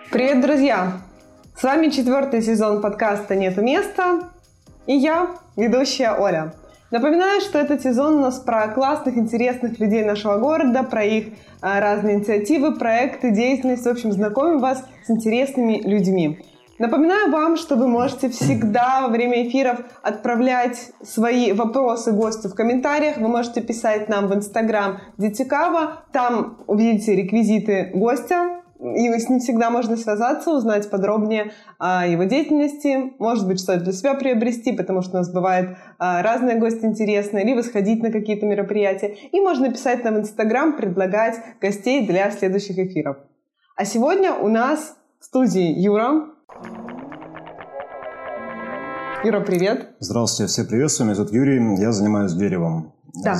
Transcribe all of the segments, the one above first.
Привет, друзья! С вами 4-й сезон подкаста «Нету места» и я, ведущая Оля. Напоминаю, что этот сезон у нас про классных, интересных людей нашего города, про их разные инициативы, проекты, деятельность. В общем, знакомим вас с интересными людьми. Напоминаю вам, что вы можете всегда во время эфиров отправлять свои вопросы гостю в комментариях. Вы можете писать нам в Инстаграм Детикава. Там увидите реквизиты гостя. И с ним всегда можно связаться, узнать подробнее о его деятельности. Может быть, что-то для себя приобрести, потому что у нас бывают разные гости интересные, либо сходить на какие-то мероприятия. И можно писать нам в Инстаграм, предлагать гостей для следующих эфиров. А сегодня у нас в студии Юра. Юра, привет. Здравствуйте, всех приветствую. Меня зовут Юрий, я занимаюсь деревом. Да.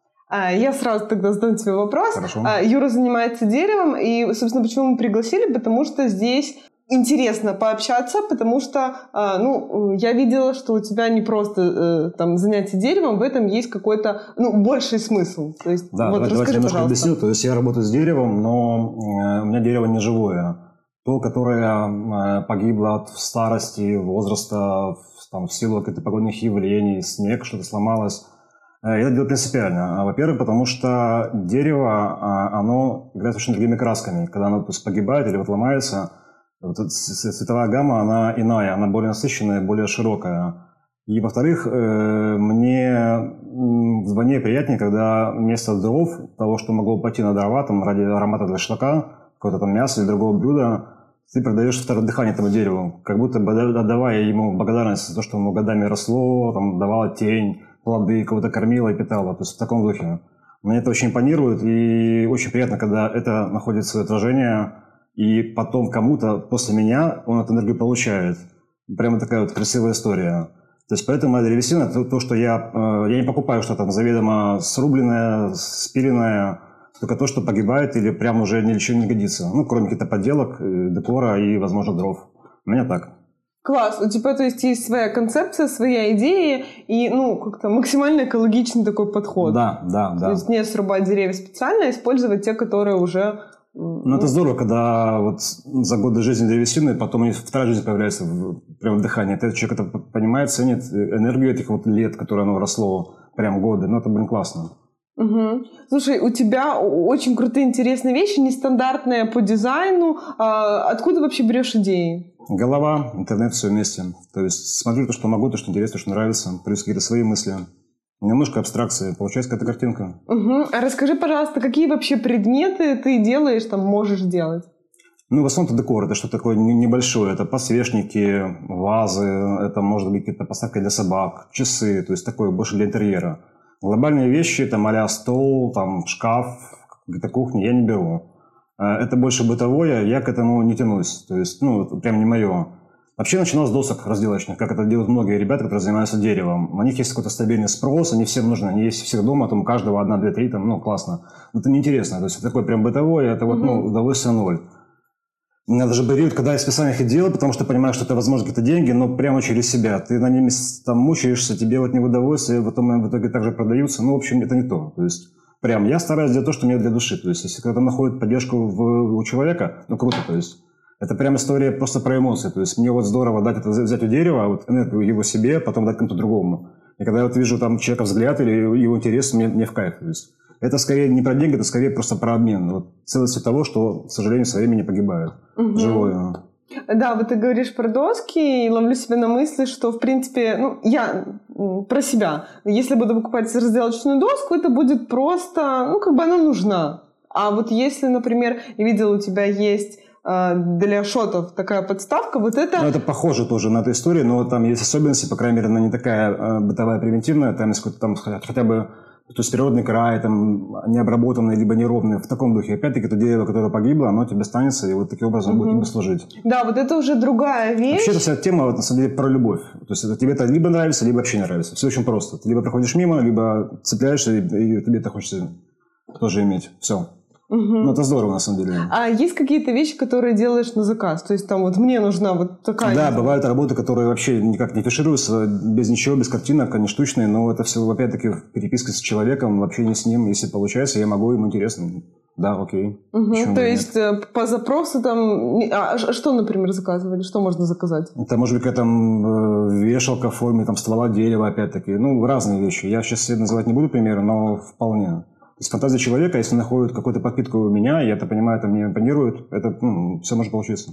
Я сразу тогда задам тебе вопрос. Хорошо. Юра занимается деревом, и, собственно, почему мы пригласили? Потому что здесь интересно пообщаться, потому что, я видела, что у тебя не просто занятие деревом, в этом есть какой-то, больший смысл. То есть, да, вот давайте немножко объясню. То есть я работаю с деревом, но у меня дерево не живое. То, которое погибло от старости, возраста, в силу каких-то погодных явлений, снег, что-то сломалось. Я это делаю принципиально. Во-первых, потому что дерево, оно играет очень другими красками. Когда оно погибает или ломается, цветовая гамма, она иная, она более насыщенная, более широкая. И, во-вторых, мне вдвойне приятнее, когда вместо дров, того, что могло пойти на дрова, ради аромата для шашлыка, какого-то мяса или другого блюда, ты продаешь второе дыхание этому дереву, как будто бы отдавая ему благодарность за то, что оно годами росло, давало тень, плоды, кого-то кормила и питала. То есть в таком духе. Мне это очень импонирует, и очень приятно, когда это находит свое отражение, и потом кому-то после меня он эту энергию получает. Прямо такая вот красивая история. То есть поэтому моя древесина, то, что я не покупаю что-то заведомо срубленное, спиленное, только то, что погибает или прям уже ничего не годится. Кроме каких-то подделок, декора и, возможно, дров. У меня так. Класс. У тебя, то есть своя концепция, своя идея и, как-то максимально экологичный такой подход. Да. То есть не срубать деревья специально, а использовать те, которые уже... это здорово, когда вот за годы жизни древесины, потом и вторая жизнь появляется прямо в дыхании. Этот человек это понимает, ценит энергию этих вот лет, которые оно росло, прям годы. Это, классно. Угу. Слушай, у тебя очень крутые, интересные вещи, нестандартные по дизайну. Откуда вообще берешь идеи? Голова, интернет, все вместе. То есть смотрю то, что могу, то, что интересно, то, что нравится, плюс какие-то свои мысли. Немножко абстракции, получается какая-то картинка. Угу. А расскажи, пожалуйста, какие вообще предметы ты делаешь, можешь делать? В основном это декор, это что-то такое небольшое. Это подсвечники, вазы, это может быть какие-то поставки для собак, часы, то есть такое больше для интерьера. Глобальные вещи, а-ля стол, шкаф, какая-то кухня, я не беру. Это больше бытовое, я к этому не тянусь. То есть, прям не мое. Вообще начинал с досок разделочных, как это делают многие ребята, которые занимаются деревом. На них есть какой-то стабильный спрос, они всем нужны, они есть у всех дома, у каждого 1, 2, 3, классно. Но это неинтересно, то есть это такое прям бытовое, это удовольствие ноль. У меня даже период, когда я специально их и делал, потому что понимаю, что это, возможно, какие-то деньги, но прямо через себя. Ты на ними мучаешься, тебе не в удовольствие, потом в итоге также продаются. В общем, это не то. То есть, прям я стараюсь делать то, что мне для души. То есть, если кто-то находит поддержку у человека, круто, то есть. Это прям история просто про эмоции. То есть, мне здорово взять у дерева, энергию его себе, потом дать кому-то другому. И когда я вижу человека взгляд или его интерес, мне в кайф. То есть, это скорее не про деньги, это скорее просто про обмен. Целостью того, что, к сожалению, со временем погибает. Угу. Живое. Да, ты говоришь про доски, и ловлю себя на мысли, что, в принципе, я про себя. Если буду покупать разделочную доску, это будет просто, она нужна. А если, например, я видела, у тебя есть для шотов такая подставка, это... Это похоже тоже на эту историю, но там есть особенности, по крайней мере, она не такая бытовая, примитивная, там есть какой-то хотя бы то есть природный край, необработанный, либо неровный, в таком духе. Опять-таки, то дерево, которое погибло, оно тебе останется, и таким образом будет тебе служить. Да, это уже другая вещь. Вообще, эта вся тема, на самом деле, про любовь. То есть тебе это либо нравится, либо вообще не нравится. Все очень просто. Ты либо проходишь мимо, либо цепляешься, и тебе это хочется тоже иметь. Все. Угу. Это здорово, на самом деле. А есть какие-то вещи, которые делаешь на заказ? То есть мне нужна такая... Да, бывают работы, которые вообще никак не фишируются, без ничего, без картинок, они штучные, но это все, опять-таки, в переписке с человеком, в общении с ним, если получается, я могу, ему интересно. Да, окей. То есть по запросу там... что, например, заказывали? Что можно заказать? Это может быть какая-то вешалка в форме ствола дерева, опять-таки. Разные вещи. Я сейчас все называть не буду примеры, но вполне. То есть фантазия человека, если находит какую-то подпитку у меня, я это понимаю, это мне импонирует, это все может получиться.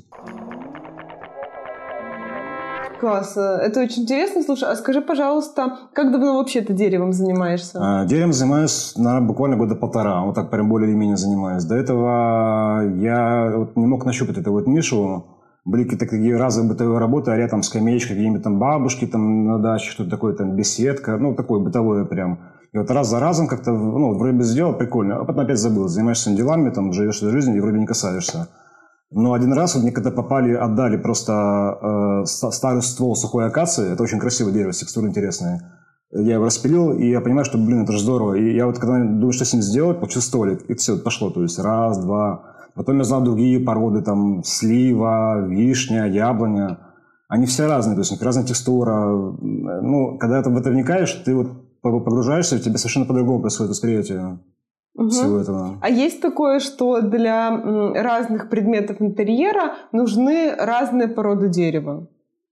Класс. Это очень интересно. Слушай, а скажи, пожалуйста, как давно вообще ты деревом занимаешься? Деревом занимаюсь, наверное, буквально года полтора. Вот так прям более или менее занимаюсь. До этого я не мог нащупать эту нишу. Были какие-то такие разовые бытовые работы, а рядом скамеечки, какие-нибудь бабушки на даче, что-то такое, беседка, такое бытовое прям. И вот раз за разом как-то, вроде бы сделал, прикольно, а потом опять забыл. Занимаешься своими делами, живешь своей жизнью и вроде не касаешься. Но один раз мне когда отдали просто старый ствол сухой акации, это очень красивое дерево, текстура интересная. Я его распилил, и я понимаю, что, это же здорово. И я когда думаю, что с ним сделать, получил столик, и все, пошло. То есть раз, два. Потом я знал другие породы, слива, вишня, яблоня. Они все разные, то есть у них разная текстура. Когда ты в это вникаешь, ты погружаешься, у тебя совершенно по-другому происходит восприятие. Всего этого. А есть такое, что для разных предметов интерьера нужны разные породы дерева?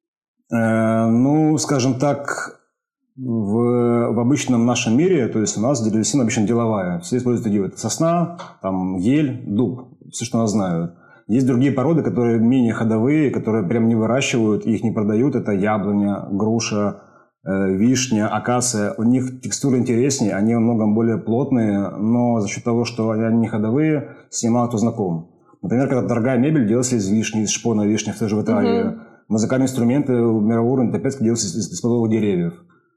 Скажем так, в обычном нашем мире, то есть у нас древесина обычно деловая. Все используют это дерево. Сосна, ель, дуб. Все, что нас знают. Есть другие породы, которые менее ходовые, которые прям не выращивают, их не продают. Это яблоня, груша, вишня, акация. У них текстура интереснее, они во многом более плотные, но за счет того, что они не ходовые, с ним мало кто знаком. Например, когда дорогая мебель делается из вишни, из шпона вишни, тоже в Италии. Музыкальные инструменты мирового уровня опять делаются из плодовых деревьев.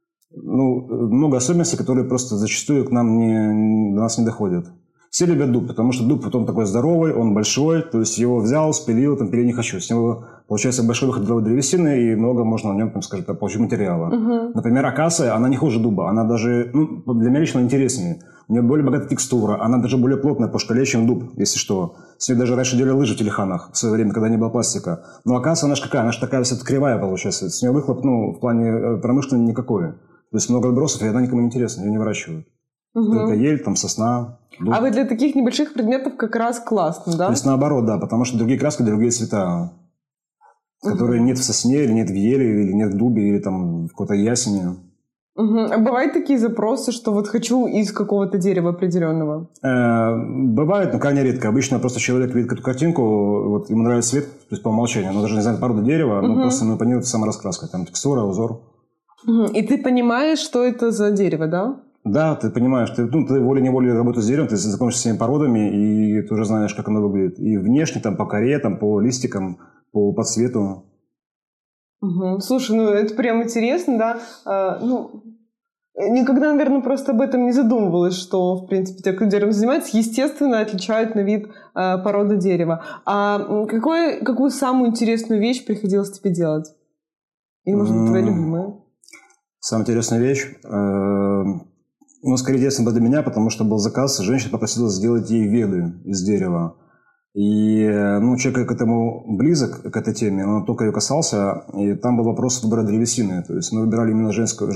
Много особенностей, которые просто зачастую до нас не доходят. Все любят дуб, потому что дуб потом такой здоровый, он большой, то есть его взял, спилил, пилить не хочу. С него получается большой выход древесины, и много можно на нем, получить материала. Например, акация, она не хуже дуба, она даже, для меня лично интереснее. У нее более богатая текстура, она даже более плотная по шкале, чем дуб, если что. С нее даже раньше делали лыжи в Телеханах в свое время, когда не было пластика. Но акация, она же какая? Она же такая вся кривая получается. С нее выхлоп, в плане промышленного никакой. То есть много отбросов, и она никому не интересна, ее не выращивают. Только ель, сосна. Дуб. А вы для таких небольших предметов как раз классно, да? То есть наоборот, да, потому что другие краски, другие цвета, которые нет в сосне, или нет в еле, или нет в дубе, или в какой-то ясене. А бывают такие запросы, что хочу из какого-то дерева определенного? Бывает, но крайне редко. Обычно просто человек видит эту картинку, ему нравится цвет, то есть по умолчанию, он даже не знает породу дерева, но просто ему импонирует сама раскраска, текстура, узор. И ты понимаешь, что это за дерево, да? Да, ты понимаешь, ты волей-неволей работаешь с деревом, ты знакомишься с всеми породами, и ты уже знаешь, как оно выглядит. И внешне, по коре, по листикам, по цвету. Слушай, это прям интересно, да? Никогда, наверное, просто об этом не задумывалась, что, в принципе, те, кто деревом занимается, естественно, отличают на вид породы дерева. А какую самую интересную вещь приходилось тебе делать? Или, может быть, твоя любимая? Самая интересная вещь? Скорее интересно было для меня, потому что был заказ, женщина попросила сделать ей веды из дерева. И человек к этому близок, к этой теме, он только ее касался, и там был вопрос выбора древесины. То есть мы выбирали именно женскую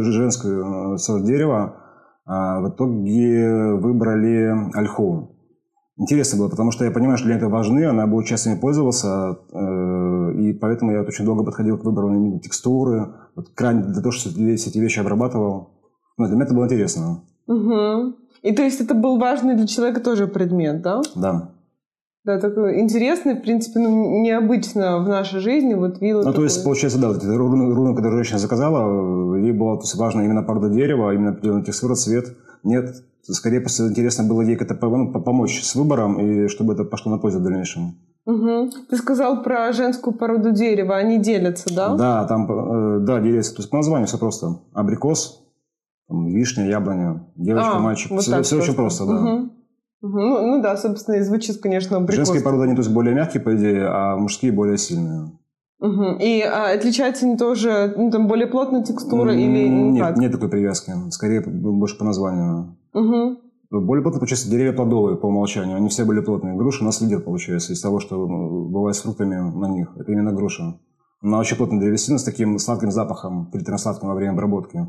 сорт дерева, а в итоге выбрали ольху. Интересно было, потому что я понимаю, что для этого важны, она будет часто ими пользоваться, и поэтому я очень долго подходил к выбору именно текстуры, крайне для того, что все эти вещи обрабатывал. Для меня это было интересно. И то есть это был важный для человека тоже предмет, да? Да. Да, такой интересный, в принципе, необычно в нашей жизни. Вилла то есть, получается, да, руну, которую женщина заказала, ей было важно именно порода дерева, именно определенная текстура, цвет. Нет, скорее просто интересно было ей как-то помочь с выбором, и чтобы это пошло на пользу в дальнейшем. Ты сказал про женскую породу дерева, они делятся, да? Да, делятся. То есть по названию все просто. Абрикос, вишня, яблоня, девочка, мальчик. Все очень просто, да. Да, собственно, и звучит, конечно, абрикос. Женские породы, они более мягкие, по идее, а мужские более сильные. И отличаются они тоже, более плотная текстура или нет? Нет такой привязки. Скорее, больше по названию. Более плотные, получается, деревья плодовые по умолчанию. Они все более плотные. Груша у нас лидер, получается, из того, что бывает с фруктами на них. Это именно груша. Она очень плотная древесина с таким сладким запахом, приторно-сладким во время обработки.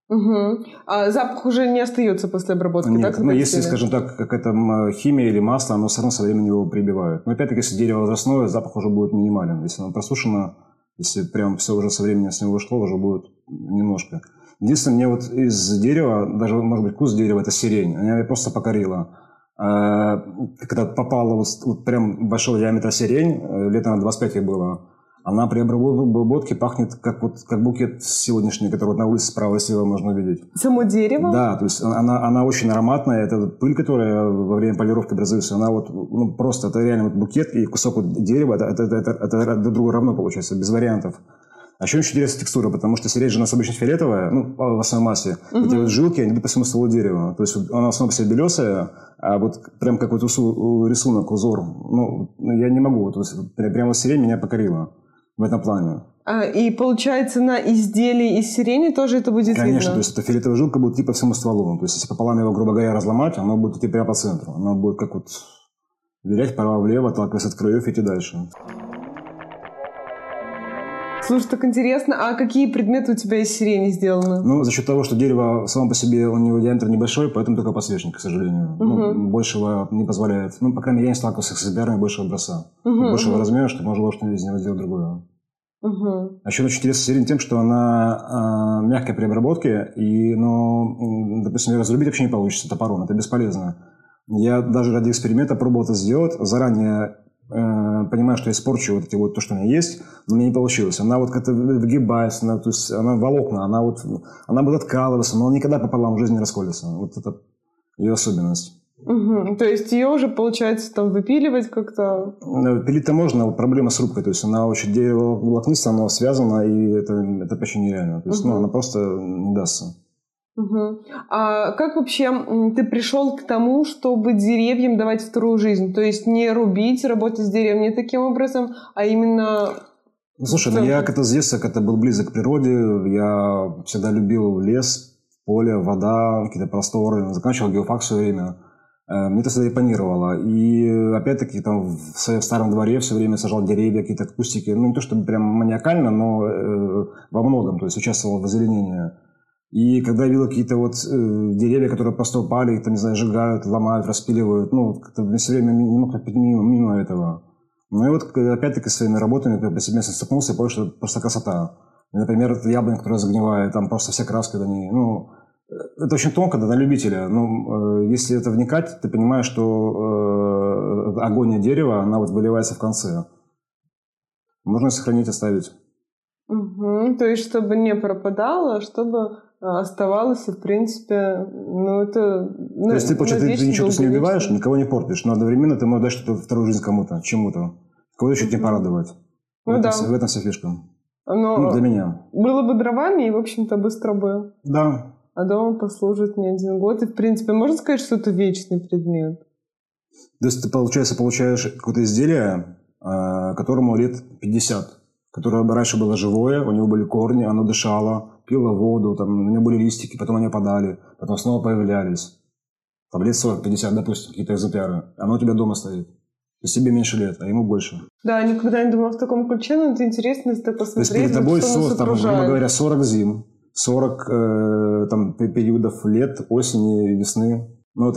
Угу. А запах уже не остается после обработки? Нет, так? Ну, если, скажем так, какая-то химия или масло, оно все равно со временем его прибивает. Но опять-таки, если дерево возрастное, запах уже будет минимален. Если оно просушено, если прям все уже со временем с него вышло, уже будет немножко. Единственное, мне вот из дерева, даже, может быть, вкус дерева – это сирень. Она меня просто покорила. Когда попала вот прям большого диаметра сирень, лет на 25 ей было, она при обработке пахнет как букет сегодняшний, который вот на улице справа и слева можно увидеть. Само дерево? Да, то есть она очень ароматная. Это пыль, которая во время полировки образуется, она вот просто, это реально вот букет и кусок вот дерева, это друг другу равно получается, без вариантов. А еще очень интересная текстура, потому что сирень же у нас обычно фиолетовая, в основной массе. Эти вот жилки, они идут по всему стволу дерева. То есть вот она сама по себе белесая, а вот прям как вот рисунок, узор, я не могу. То есть прямо сирень меня покорила в этом плане. И получается, на изделии из сирени тоже это будет Конечно, видно? то есть эта фиолетовая жилка будет идти по всему стволу. То есть если пополам его, грубо говоря, разломать, оно будет идти прямо по центру. Оно будет как вот вилять вправо-влево, отталкиваясь от краев, идти дальше. Слушай, так интересно, а какие предметы у тебя из сирени сделаны? За счет того, что дерево само по себе, у него диаметр небольшой, поэтому только подсвечник, к сожалению. Большего не позволяет. По крайней мере, я не сталкивался с экземплярами большего образца. Большего размера, чтобы можно было из него сделать другое. А еще очень интересна сирень тем, что она мягкая при обработке, допустим, ее разрубить вообще не получится топором, это бесполезно. Я даже ради эксперимента пробовал это сделать, заранее понимаю, что я испорчу вот эти вот то, что у меня есть, но мне не получилось. Она вот как-то выгибается, то есть она волокна, она будет откалываться, но никогда пополам в жизни не расколется. Вот это ее особенность. То есть ее уже, получается, там выпиливать как-то? Пилить-то можно, но проблема с рубкой. То есть она очень дерево волокнистое, оно связано, и это почти нереально. То есть она просто не дастся. А как вообще ты пришел к тому, чтобы деревьям давать вторую жизнь? То есть не рубить, работать с деревом не таким образом, а именно... Слушай, я как-то с детства был близок к природе. Я всегда любил лес, поле, вода, какие-то просторы. Заканчивал геофак в свое время. Мне это всегда импонировало. И опять-таки там в своем старом дворе все время сажал деревья, какие-то кустики. Не то чтобы прям маниакально, но во многом. То есть участвовал в озеленении. И когда я видел какие-то деревья, которые просто упали, их там, не знаю, сжигают, ломают, распиливают, как-то все время не мог мимо этого. И вот опять-таки своими работами я повсеместно столкнулся и понял, что это просто красота. Например, это яблоня, которая загнивает, там просто все краски, они, это очень тонко, на любителя. Если это вникать, ты понимаешь, что агония дерева, она выливается в конце. Можно сохранить, оставить. То есть, чтобы не пропадало, чтобы оставалось, и, в принципе, это... То есть, ты ничего не убиваешь, никого не портишь, но одновременно ты можешь дать что-то, вторую жизнь кому-то, чему-то. Кого-то еще не порадовать. В этом вся фишка. Для меня. Было бы дровами, и, в общем-то, быстро бы. Да. А дома послужит не один год. И, в принципе, можно сказать, что это вечный предмет? То есть, ты, получаешь какое-то изделие, которому лет 50. Которое раньше было живое, у него были корни, оно дышало, пило воду, у него были листики, потом они опадали, потом снова появлялись. Там лет 40-50, допустим, какие-то экземпляры. Оно у тебя дома стоит. И себе меньше лет, а ему больше. Да, никогда не думала в таком ключе, но это интересно, если посмотреть. То есть перед тобой, грубо говоря, 40 зим, 40 периодов лет, осени, весны.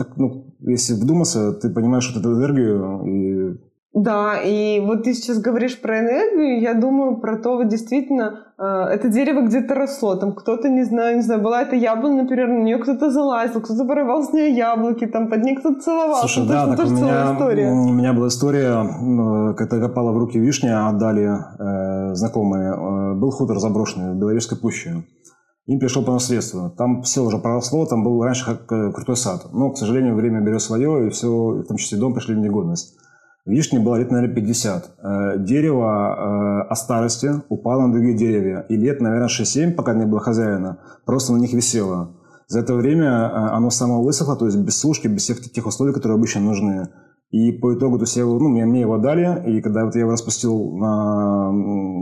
Если вдуматься, ты понимаешь вот эту энергию и... Да, и вот ты сейчас говоришь про энергию, я думаю про то, действительно, это дерево где-то росло, там кто-то, не знаю, была это яблоня, например, на нее кто-то залазил, кто-то порывал с нее яблоки, там под ней кто-то целовался. Слушай, да, так у меня была история, когда я попала в руки вишня, отдали знакомые, был хутор заброшенный в Беловежской пуще. Им пришло по наследству. Там все уже проросло, там был раньше как крутой сад. Но, к сожалению, время берет свое, и все, в том числе дом, пришли в негодность. Вишне было лет, наверное, 50. Дерево о старости упало на другие деревья. И лет, наверное, 6-7, пока не было хозяина, просто на них висело. За это время оно само высохло, то есть без сушки, без всех тех условий, которые обычно нужны. И по итогу, то есть мне его дали, и когда я его распустил на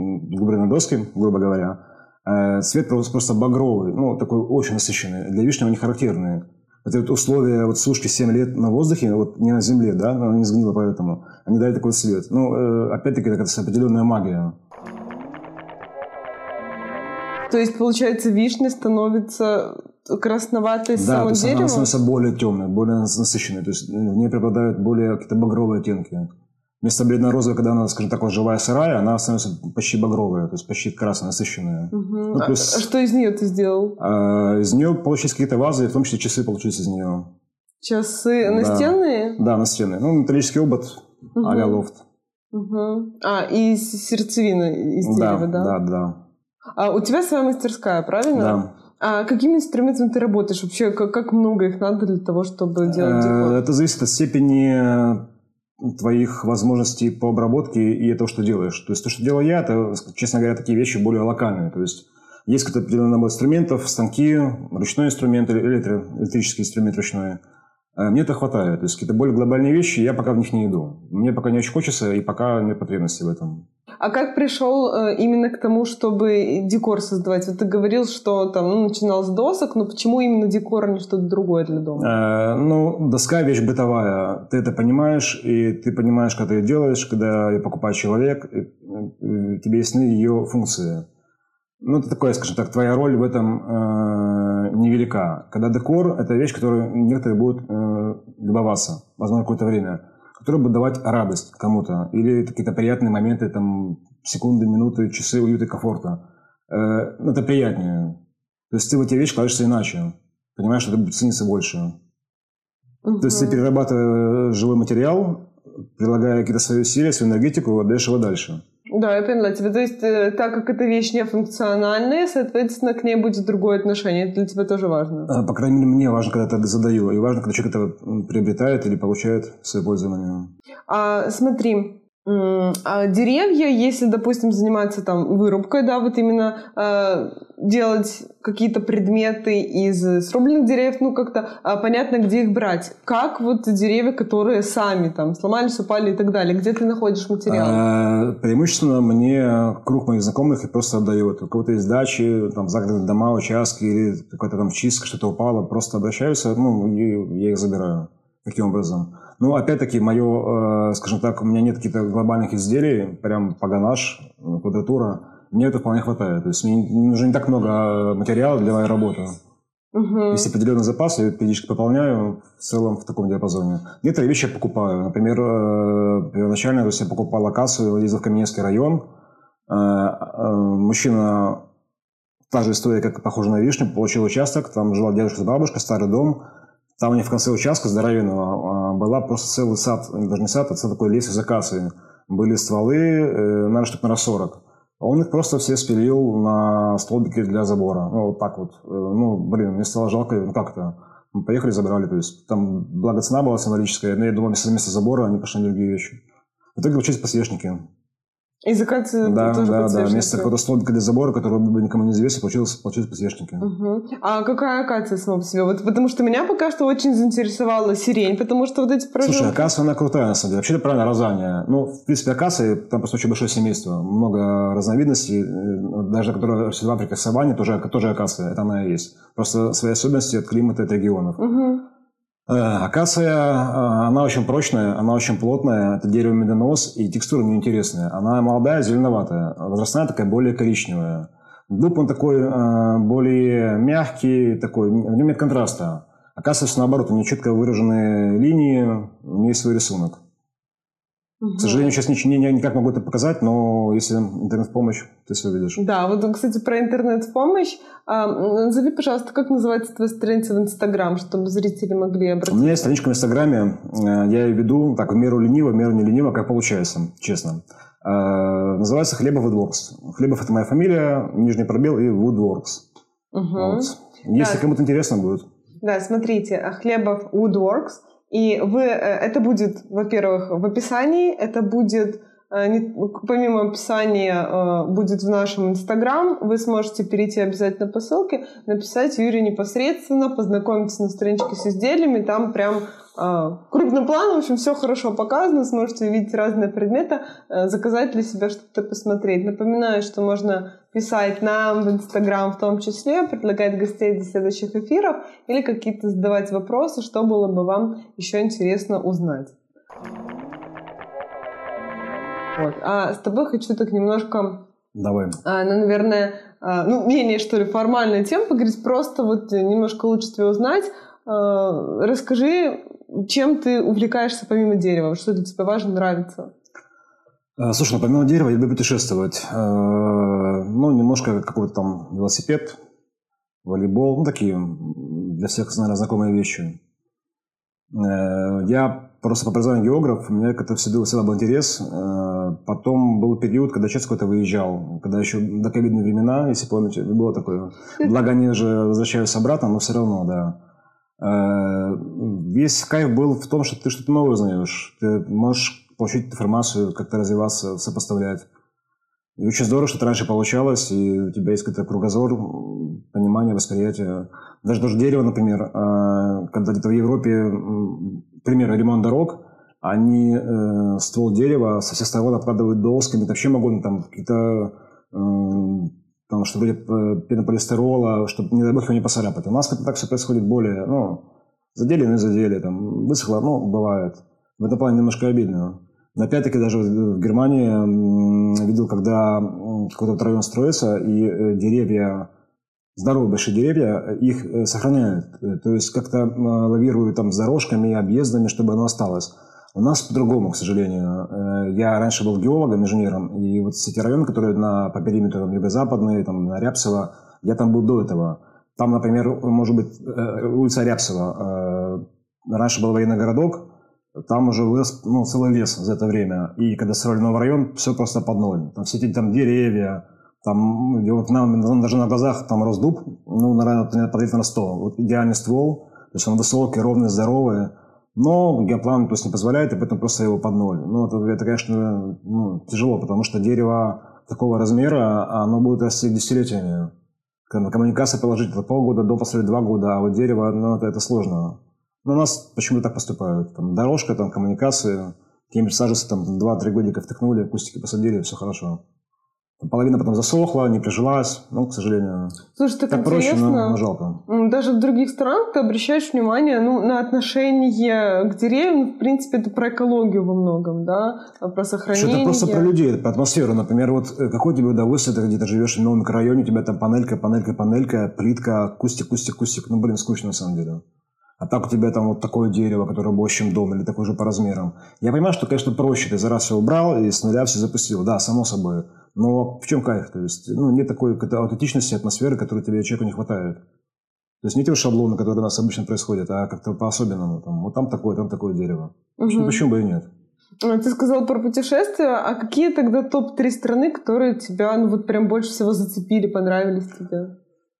доски, грубо говоря, цвет просто багровый, такой очень насыщенный. Для вишни он не характерный. Это условия сушки 7 лет на воздухе, не на земле, да, она не сгнила поэтому. Они дали такой цвет. Опять-таки, это определенная магия. То есть, получается, вишня становится красноватой с самым деревом? Да, она становится более темной, более насыщенной. То есть в ней преобладают более какие-то багровые оттенки. Вместо бледно-розовой, когда она, скажем так, вот живая сырая, она становится почти багровая, то есть почти красная, насыщенная. Угу. Ну, плюс, что из нее ты сделал? Из нее получились какие-то вазы, в том числе часы получились из нее. Часы настенные? Да, настенные. Ну, металлический обод а-ля лофт. Угу. И сердцевина из дерева, да? Да. А у тебя своя мастерская, правильно? Да. А какими инструментами ты работаешь? Вообще, как много их надо для того, чтобы делать декор? Это зависит от степени твоих возможностей по обработке и того, что делаешь. То есть то, что делаю я, это, честно говоря, такие вещи более локальные. То есть есть какой-то определенный набор инструментов, станки, ручной инструмент или электрический инструмент ручной. Мне это хватает. То есть какие-то более глобальные вещи, я пока в них не иду. Мне пока не очень хочется, и пока нет потребности в этом. А как пришел именно к тому, чтобы декор создавать? Вот ты говорил, что там начинал с досок, но почему именно декор, а не что-то другое для дома? Доска – вещь бытовая. Ты это понимаешь, и ты понимаешь, когда ее делаешь, когда ее покупает человек, и тебе ясны ее функции. Это такое, скажем так, твоя роль в этом невелика. Когда декор – это вещь, которую некоторые будут любоваться, возможно, какое-то время, которая будет давать радость кому-то или какие-то приятные моменты, там, секунды, минуты, часы уюта и комфорта. Это приятнее. То есть ты в эти вещи кладешься иначе. Понимаешь, что это будет цениться больше. То есть ты, перерабатывая живой материал, прилагая какие-то свои усилия, свою энергетику, отдаешь его дальше. Да, я поняла тебя. То есть, так как эта вещь не функциональная, соответственно, к ней будет другое отношение. Это для тебя тоже важно? По крайней мере, мне важно, когда это задаю. И важно, когда человек это приобретает или получает в свое пользование. Смотри, деревья, если, допустим, заниматься там вырубкой, да, вот именно делать какие-то предметы из срубленных деревьев, как-то понятно, где их брать. Как вот деревья, которые сами там сломались, упали и так далее, где ты находишь материал? Преимущественно мне круг моих знакомых и просто отдает. У кого-то есть дачи, там загородные дома, участки или какая-то там чистка, что-то упало, просто обращаются, и я их забираю. Таким образом. Опять-таки, скажем так, у меня нет каких-то глобальных изделий, прям паганаж, квадратура. Мне это вполне хватает. То есть мне не нужно не так много материала для моей работы. Если определенный запас, я периодически пополняю в целом в таком диапазоне. Некоторые вещи я покупаю. Например, первоначально я покупал акацию, ездил в Каменецкий район. Мужчина, та же история, как похожа на вишню, получил участок, там жила дедушка с бабушкой, старый дом. Там у них в конце участка здоровенного была просто целый сад, даже не сад, а целый такой лес из акации. Были стволы, наверное, штук на 40. А он их просто все спилил на столбики для забора. Вот так вот. Мне стало жалко, как это? Мы поехали, забрали. То есть там, благо, цена была символическая. Но я думал, вместо забора они пошли на другие вещи. В итоге получились подсвечники. Из акации тоже да, подсвечники? Вместо какого-то столбика для забора, который бы никому не известен, получились подсвечники. А какая акация сама по себе? Вот, потому что меня пока что очень заинтересовала сирень, потому что вот эти прожилки... Слушай, акация, она крутая, на самом деле. Вообще, это правильно, розания. В принципе, акации, там просто очень большое семейство. Много разновидностей. Даже, которая растет в Африке, в саванне, тоже акация. Это она и есть. Просто свои особенности от климата и от регионов. Акация, она очень прочная, она очень плотная, это дерево медонос, и текстура неинтересная. Она молодая, зеленоватая, возрастная такая более коричневая. Дуб он такой более мягкий, такой, в нем нет контраста. Акация, наоборот, у нее четко выраженные линии, у нее есть свой рисунок. К сожалению, сейчас никак могу это показать, но если интернет-помощь, ты все увидишь. Да, вот, кстати, про интернет-помощь. Назови, пожалуйста, как называется твоя страница в Инстаграм, чтобы зрители могли обратиться? У меня есть страничка в Инстаграме, я ее веду так в меру лениво, в меру не лениво, как получается, честно. Называется Хлебов Woodworks. Хлебов – это моя фамилия, нижний пробел и Woodworks. Вот. Если кому-то интересно будет. Да, смотрите, Хлебов Woodworks. И это будет, во-первых, в описании, это будет, помимо описания, будет в нашем Инстаграм. Вы сможете перейти обязательно по ссылке, написать Юрию непосредственно, познакомиться на страничке с изделиями. Там прям крупным планом, в общем, все хорошо показано. Сможете увидеть разные предметы, заказать для себя что-то посмотреть. Напоминаю, что можно писать нам в Инстаграм в том числе, предлагать гостей для следующих эфиров или какие-то задавать вопросы, что было бы вам еще интересно узнать. Вот. А с тобой хочу так немножко Давай. Наверное, менее, что ли, формальная тема, поговорить просто вот немножко лучше тебя узнать. Расскажи, чем ты увлекаешься помимо дерева? Что для тебя важно, нравится? Слушай, помимо дерева я люблю путешествовать. Немножко какой-то там велосипед, волейбол, такие для всех, наверное, знакомые вещи. Я просто по образованию географ, у меня это всегда был интерес. Потом был период, когда часто куда-то выезжал, когда еще до ковидные времена, если помните, было такое. Благо они уже возвращаются обратно, но все равно, да. Весь кайф был в том, что ты что-то новое узнаешь. Ты можешь получить информацию, как-то развиваться, сопоставлять. И очень здорово, что это раньше получалось, и у тебя есть какой-то кругозор, понимание, восприятие. Даже дерево, например, когда где-то в Европе, к примеру, ремонт дорог, они ствол дерева со всех сторон обкладывают досками, вообще могут там какие-то там, что вроде пенополистирола, чтобы, не дай бог, его не поцарапать. У нас как-то так все происходит более, задели, там, высохло, бывает. В этом плане немножко обидно. Но опять-таки даже в Германии видел, когда какой-то район строится, и деревья, здоровые большие деревья, их сохраняют. То есть как-то лавируют там с дорожками, объездами, чтобы оно осталось. У нас по-другому, к сожалению. Я раньше был геологом, инженером, и вот эти районы, которые по периметру юго-западные, там, на Рябцево, я там был до этого. Там, например, может быть, улица Рябцево. Раньше был военный городок, там уже вырос целый лес за это время. И когда строили новый район, все просто под ноль. Там все эти там деревья, там нам даже на глазах там рос дуб, наверное, под на 100. Вот идеальный ствол, то есть он высокий, ровный, здоровый. Но геоплан то есть не позволяет, и поэтому просто его под ноль. Это, конечно, тяжело, потому что дерево такого размера, оно будет расти десятилетиями. Коммуникация положить полгода, до построить 2 года, а вот дерево, это сложно. Но у нас почему-то так поступают. Там дорожка, там коммуникации, какие-нибудь саженцы, там 2-3 годика втыкнули, кустики посадили, все хорошо. Половина потом засохла, не прижилась, к сожалению. Слушай, так проще, но жалко. Даже в других странах ты обращаешь внимание на отношение к деревьям, в принципе, это про экологию во многом, да, про сохранение. Это просто про людей, про атмосферу. Например, вот какое тебе удовольствие, ты где-то живешь в новом микрорайоне, у тебя там панелька, плитка, кустик. Скучно на самом деле. А так у тебя там вот такое дерево, которое больше, чем дом, или такое же по размерам. Я понимаю, что, конечно, проще. Ты за раз все убрал и с нуля все запустил. Да, само собой. Но в чем кайф? То есть, нет такой аутентичности атмосферы, которой тебе человеку не хватает. То есть не те шаблоны, которые у нас обычно происходят, а как-то по-особенному. Там такое дерево. Угу. Почему бы и нет? Ты сказал про путешествия. А какие тогда топ-3 страны, которые тебя прям больше всего зацепили, понравились тебе?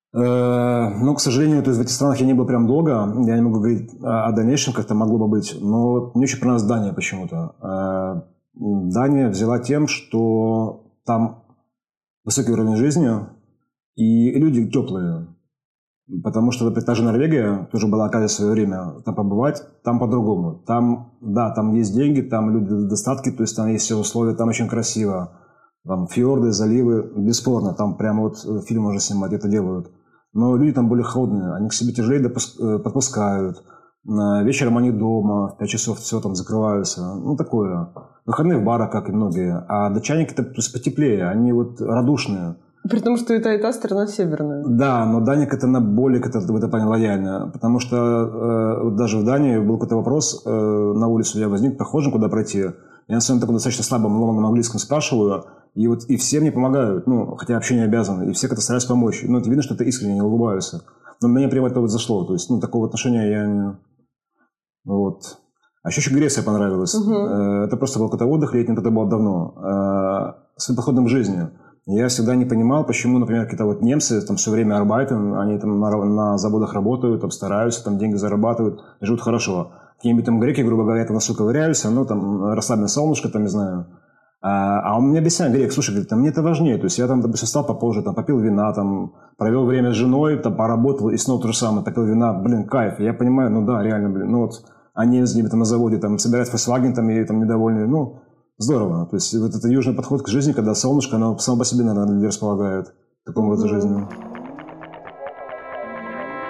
К сожалению, то есть в этих странах я не был прям долго. Я не могу говорить о дальнейшем, как это могло бы быть. Но мне очень понравилась Дания почему-то. Дания взяла тем, что там высокий уровень жизни и люди теплые. Потому что, например, та же Норвегия тоже была, оказывается, в свое время там побывать, там по-другому. Там есть деньги, там люди в достатке, то есть там есть все условия, там очень красиво. Там фьорды, заливы, бесспорно, там прямо вот фильм уже снимать, это делают. Но люди там более холодные, они к себе тяжелее подпускают. Вечером они дома, в 5 часов все там закрываются. Такое. Выходные в барах, как и многие. А датчане-то потеплее, они радушные. При том, что и та страна северная. Да, но Дания это более в этом плане лояльна. Потому что даже в Дании был какой-то вопрос, на улицу я возник, прохожим, куда пройти. Я на своем таком достаточно слабом, ломаном английском спрашиваю, и все мне помогают, хотя вообще не обязаны, и все как-то стараются помочь. Это видно, что это искренне, не улыбаются. Но мне прямо это зашло, то есть, такого отношения я не... Вот. А еще Греция понравилась. Угу. Это просто был какой-то отдых летний, это было давно. С подходом к жизни. Я всегда не понимал, почему, например, какие-то немцы там все время арбайтен, они там на заводах работают, там стараются, там деньги зарабатывают, живут хорошо. Какие-нибудь там греки, грубо говоря, там носу ковыряются, там расслабленное солнышко, там, не знаю. А он мне объясняет, грек, слушай, говорит, мне это важнее. То есть я там, допустим, встал попозже, там, попил вина, там, провел время с женой, там, поработал, и снова то же самое, попил вина, кайф. Я понимаю, реально, они с ними там на заводе, там, собирают Volkswagen, там, и там недовольные, здорово. То есть вот это южный подход к жизни, когда солнышко, оно само по себе, наверное, людей располагает к такому жизни.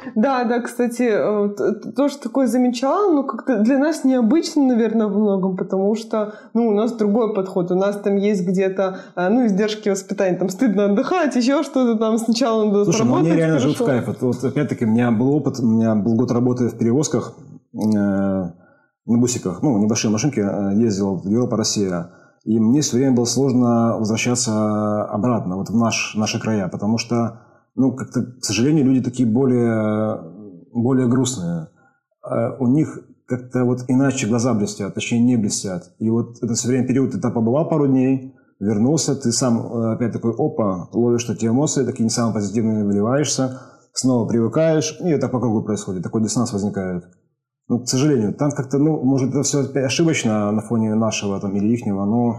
Да, кстати, тоже такое замечала, но как-то для нас необычно, наверное, во многом, потому что, у нас другой подход. У нас там есть где-то, издержки воспитания, там стыдно отдыхать, еще что-то там, сначала надо поработать. Слушай, они реально живут в кайф. Вот опять-таки, у меня был опыт, у меня был год работы в перевозках на бусиках, небольшие машинки, ездил в Европу, Россия. И мне все время было сложно возвращаться обратно, вот в наши края, потому что, как-то, к сожалению, люди такие более грустные. У них как-то вот иначе глаза блестят, точнее не блестят. И вот это все время период, ты там побывал пару дней, вернулся, ты сам опять такой, ловишь эти эмоции, такие не самые позитивные, выливаешься, снова привыкаешь, и это по кругу происходит, такой диссонанс возникает. К сожалению, там как-то, может, это все ошибочно на фоне нашего там, или ихнего, но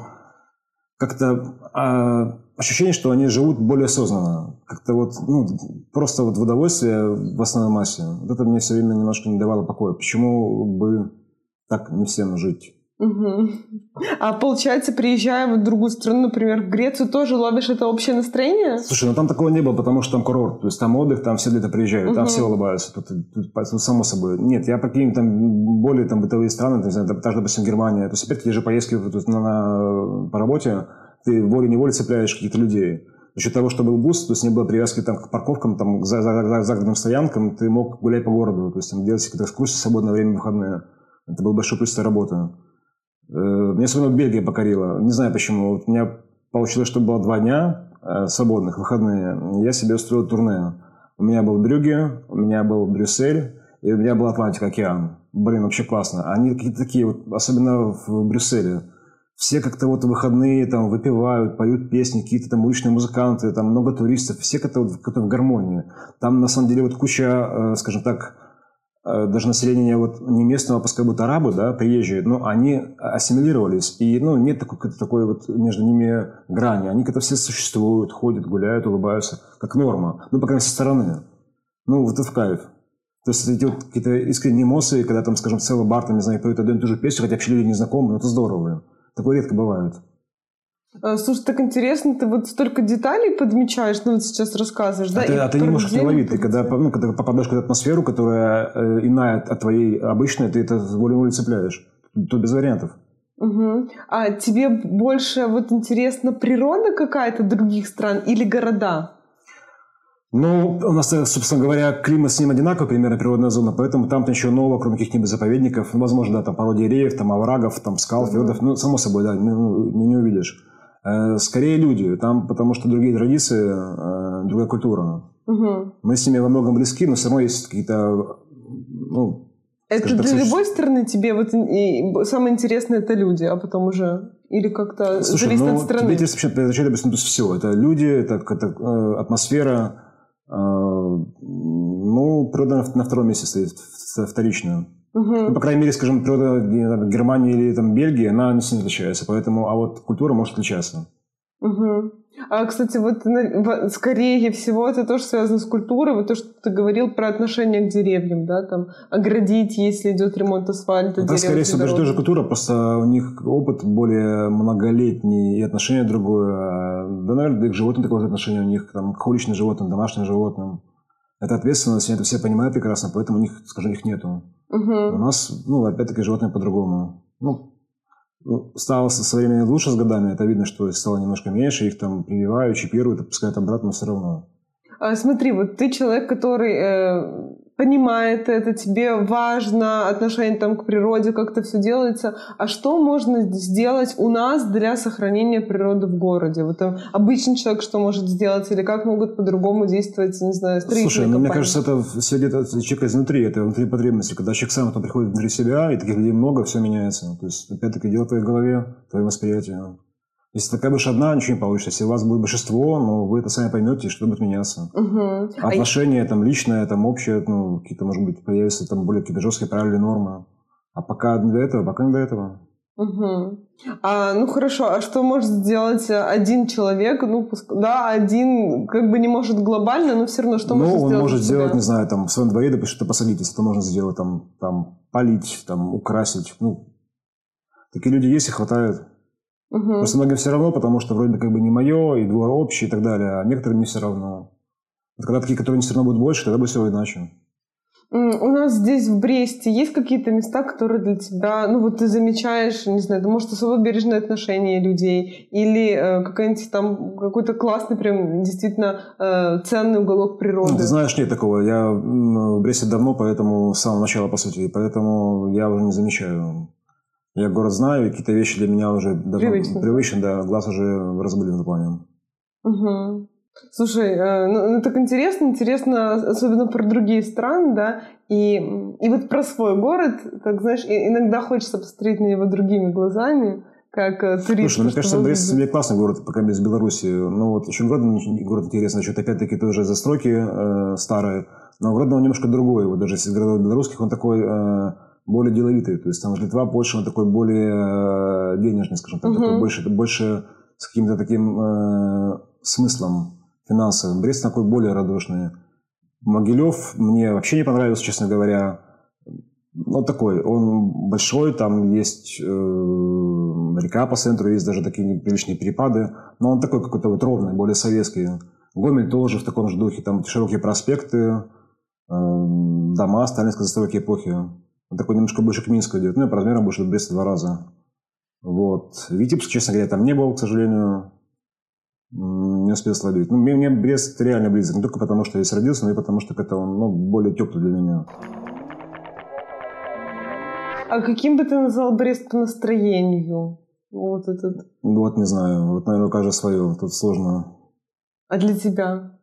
как-то ощущение, что они живут более осознанно. Как-то просто в удовольствие в основной массе. Вот это мне все время немножко не давало покоя. Почему бы так не всем жить? Угу. А получается, приезжая в другую страну, например, в Грецию, тоже ловишь это общее настроение? Слушай, там такого не было, потому что там курорт, то есть там отдых, там все где-то приезжают, там все улыбаются, тут само собой. Нет, я по каким-то более бытовые страны, даже, допустим, Германия, то есть опять те же поездки по работе, ты волей-неволей цепляешь каких-то людей. За счет того, что был бус, то есть не было привязки там, к парковкам, там, к загородным стоянкам, ты мог гулять по городу, то есть там, делать какие-то экскурсии в свободное время, выходные. Это был большой плюс работы. Меня все равно Бельгия покорила. Не знаю почему. Вот у меня получилось, что было 2 дня свободных, выходные. Я себе устроил турне. У меня был Брюгге, у меня был Брюссель, и у меня был Атлантик, океан. Блин, вообще классно. Они какие-то такие, особенно в Брюсселе. Все как-то в выходные там выпивают, поют песни, какие-то там уличные музыканты, там много туристов. Все как-то в гармонии. Там, на самом деле, куча, скажем так, даже население не местного, пускай будут арабы, да, приезжие, но они ассимилировались, и нет такой между ними грани. Они как-то все существуют, ходят, гуляют, улыбаются, как норма. По крайней мере, со стороны. Это в кайф. То есть эти какие-то искренние эмоции, когда там, скажем, целый бар, там, не знаю, поют одну и ту же песню, хотя вообще люди не знакомы, это здорово. Такое редко бывает. Слушай, так интересно, ты столько деталей подмечаешь, сейчас рассказываешь, да? А ты не можешь ловить. Ты когда попадаешь в эту атмосферу, которая иная от твоей обычной, ты это волей-неволей цепляешь. Тут без вариантов. Угу. А тебе больше интересна природа какая-то других стран или города? У нас, собственно говоря, климат с ним одинаковый, примерно природная зона, поэтому там-то еще нового, кроме каких-нибудь заповедников, возможно, да, там пару деревьев, там оврагов, там скал, фьордов, само собой, да, не увидишь. Скорее люди, там, потому что другие традиции, другая культура. Угу. Мы с ними во многом близки, но все равно есть какие-то, это для любой страны тебе самое интересное это люди, а потом уже или как-то зависит от страны? Тебе интересно вообще изначально, допустим, все. Это люди, это атмосфера, природа на втором месте стоит, вторично. Угу. По крайней мере, скажем, природа Германии или Бельгии, она не сильно отличается, поэтому, а культура может отличаться. Угу. А, кстати, скорее всего, это тоже связано с культурой, то, что ты говорил про отношение к деревьям, да, там, оградить, если идет ремонт асфальта, это, скорее всего, даже тоже культура, просто у них опыт более многолетний и отношение другое. Да, наверное, к животным такое же отношение у них, там, к уличным животным, домашним животным. Это ответственность, они это все понимают прекрасно, поэтому у них, скажем, их нету. Угу. У нас, опять-таки, животные по-другому. Стало со временем лучше с годами, это видно, что стало немножко меньше, их там прививают, чипируют, отпускают обратно, все равно. Смотри, ты человек, который понимает это, тебе важно отношение к природе, как это все делается. А что можно сделать у нас для сохранения природы в городе? Обычный человек что может сделать? Или как могут по-другому действовать, не знаю, строительные компании? Мне кажется, это все где-то человека изнутри, это внутри потребности. Когда человек сам приходит внутри себя, и таких людей много, все меняется. То есть, опять-таки, дело в твоей голове, в твоем восприятии. Если такая будешь одна, ничего не получится. Если у вас будет большинство, вы это сами поймете, что будет меняться. Угу. Отношения личное, общее, какие-то, может быть, появятся более какие-то жесткие правила, нормы. А пока не до этого. Угу. Хорошо, а что может сделать один человек? Один не может глобально, но все равно что может сделать? Он может сделать, не знаю, в своем дворе, допустим, что-то посадить, если это можно сделать, полить, украсить. Такие люди есть и хватает. Угу. Просто многим все равно, потому что вроде не мое, и двор общий и так далее, а некоторым не все равно. Когда такие, которые не все равно будут больше, тогда будет все иначе. У нас здесь, в Бресте, есть какие-то места, которые для тебя, ну вот ты замечаешь, не знаю, это может особо бережное отношение людей или какая-нибудь там какой-то классный, прям действительно ценный уголок природы? Ну, ты знаешь, нет такого. Я в Бресте давно, поэтому с самого начала, по сути, поэтому я уже не замечаю. Я город знаю, и какие-то вещи для меня уже давно привычны, да, глаз уже разбылен в плане. Угу. Слушай, ну так интересно, особенно про другие страны, да, и вот про свой город, так знаешь, иногда хочется посмотреть на него другими глазами, как турист. Слушай, мне кажется, Брест себе классный город, пока без Беларуси. Ну вот еще город интересный, насчет опять-таки тоже застройки старые, но город он немножко другой, вот даже если из городов белорусских, он такой более деловитый, то есть там Литва, Польша, он такой более денежный, скажем так, такой больше с каким-то таким смыслом финансовым. Брест такой более радушный. Могилев мне вообще не понравился, честно говоря. Ну, такой, он большой, там есть река по центру, есть даже такие неприличные перепады, но он такой какой-то вот ровный, более советский. Гомель тоже в таком же духе, там широкие проспекты, дома сталинской застройки эпохи. Он такой немножко больше к Минску идет, ну и по размерам больше Бреста в 2 раза. Вот. Витебск, честно говоря, там не был, к сожалению. Не успел словить. Ну, мне Брест реально близок. Не только потому, что я здесь родился, но и потому, что это он более теплый для меня. А каким бы ты назвал Брест по настроению? Вот этот. Вот не знаю. Вот, наверное, у каждого свое. Тут сложно. А для тебя?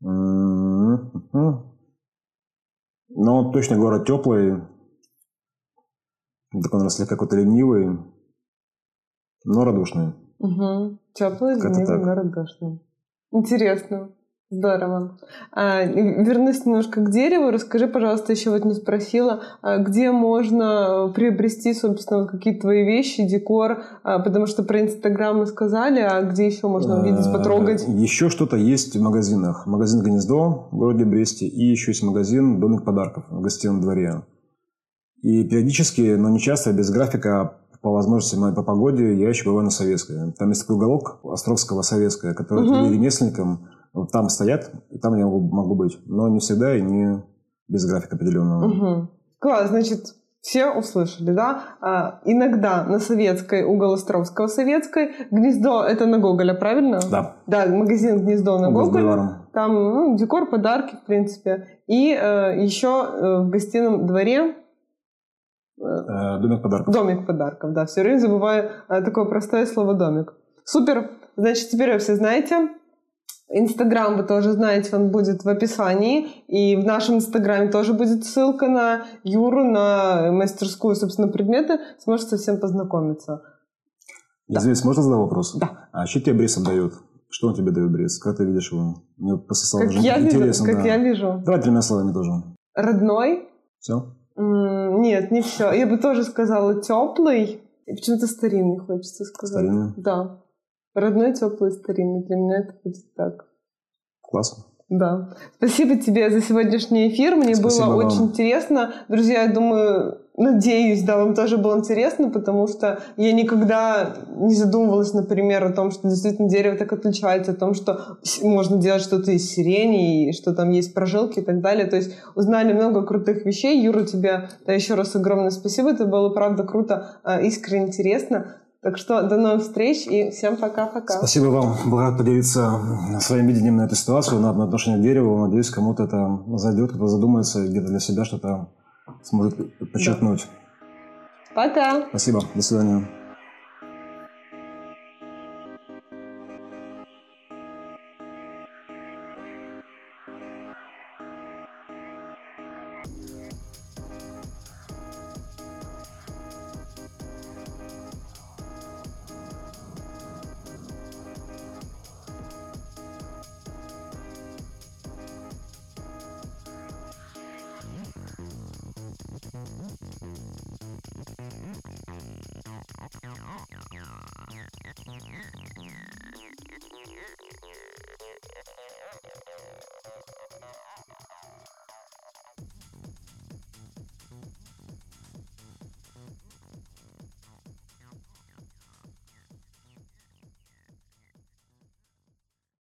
Ну, точно город теплый. Такой, наверное, слегка какой-то ленивый, но радушный. Угу. Теплый, ленивый, но радушный. Интересно. Здорово. Вернусь немножко к дереву. Расскажи, пожалуйста, еще вот не спросила, где можно приобрести, собственно, какие-то твои вещи, декор, потому что про Инстаграм мы сказали, а где еще можно увидеть, потрогать? Еще что-то есть в магазинах. Магазин «Гнездо» в городе Бресте, и еще есть магазин «Домик подарков» в гостином дворе. И периодически, но не часто, без графика, по возможности моей по погоде, я еще бываю на Советской. Там есть такой уголок Островского, Советская, который отвели ремесленникам. Вот там стоят, и там я могу быть. Но не всегда и не без графика определенного. Класс, значит, все услышали, да? Иногда на Советской, угол Островского, Советской. Гнездо — это на Гоголя, правильно? Да. Да, магазин «Гнездо» на Гоголя. Там декор, подарки, в принципе. И еще в гостином дворе Домик подарков. Домик подарков, да. Все время забываю такое простое слово «домик». Супер. Значит, теперь вы все знаете. Инстаграм вы тоже знаете, он будет в описании. И в нашем Инстаграме тоже будет ссылка на Юру, на мастерскую, собственно, предметы. Сможете со всем познакомиться. Извините, можно задать вопрос? Да. А что тебе Брест дает? Что он тебе дает, Брест? Как ты видишь его? Мне просто стало как я интересно. Вижу, как я вижу. Давай 3 словами тоже. Родной. Все? Нет, не все. Я бы тоже сказала теплый. И почему-то старинный, хочется сказать. Старинный? Да. Родной, теплый, старинный. Для меня это будет так. Классно. Да. Спасибо тебе за сегодняшний эфир. Мне Спасибо было вам. очень интересно. Друзья, я думаю, надеюсь, да, вам тоже было интересно, потому что я никогда не задумывалась, например, о том, что действительно дерево так отличается, о том, что можно делать что-то из сирени, и что там есть прожилки и так далее. То есть узнали много крутых вещей. Юра, тебе еще раз огромное спасибо. Это было, правда, круто, искренне интересно. Так что до новых встреч и всем пока-пока. Спасибо вам. Был рад поделиться своим видением на эту ситуацию, на отношение к дереву. Надеюсь, кому-то это зайдет, кто-то задумается и где-то для себя что-то сможет подчеркнуть. Да. Пока. Спасибо. До свидания.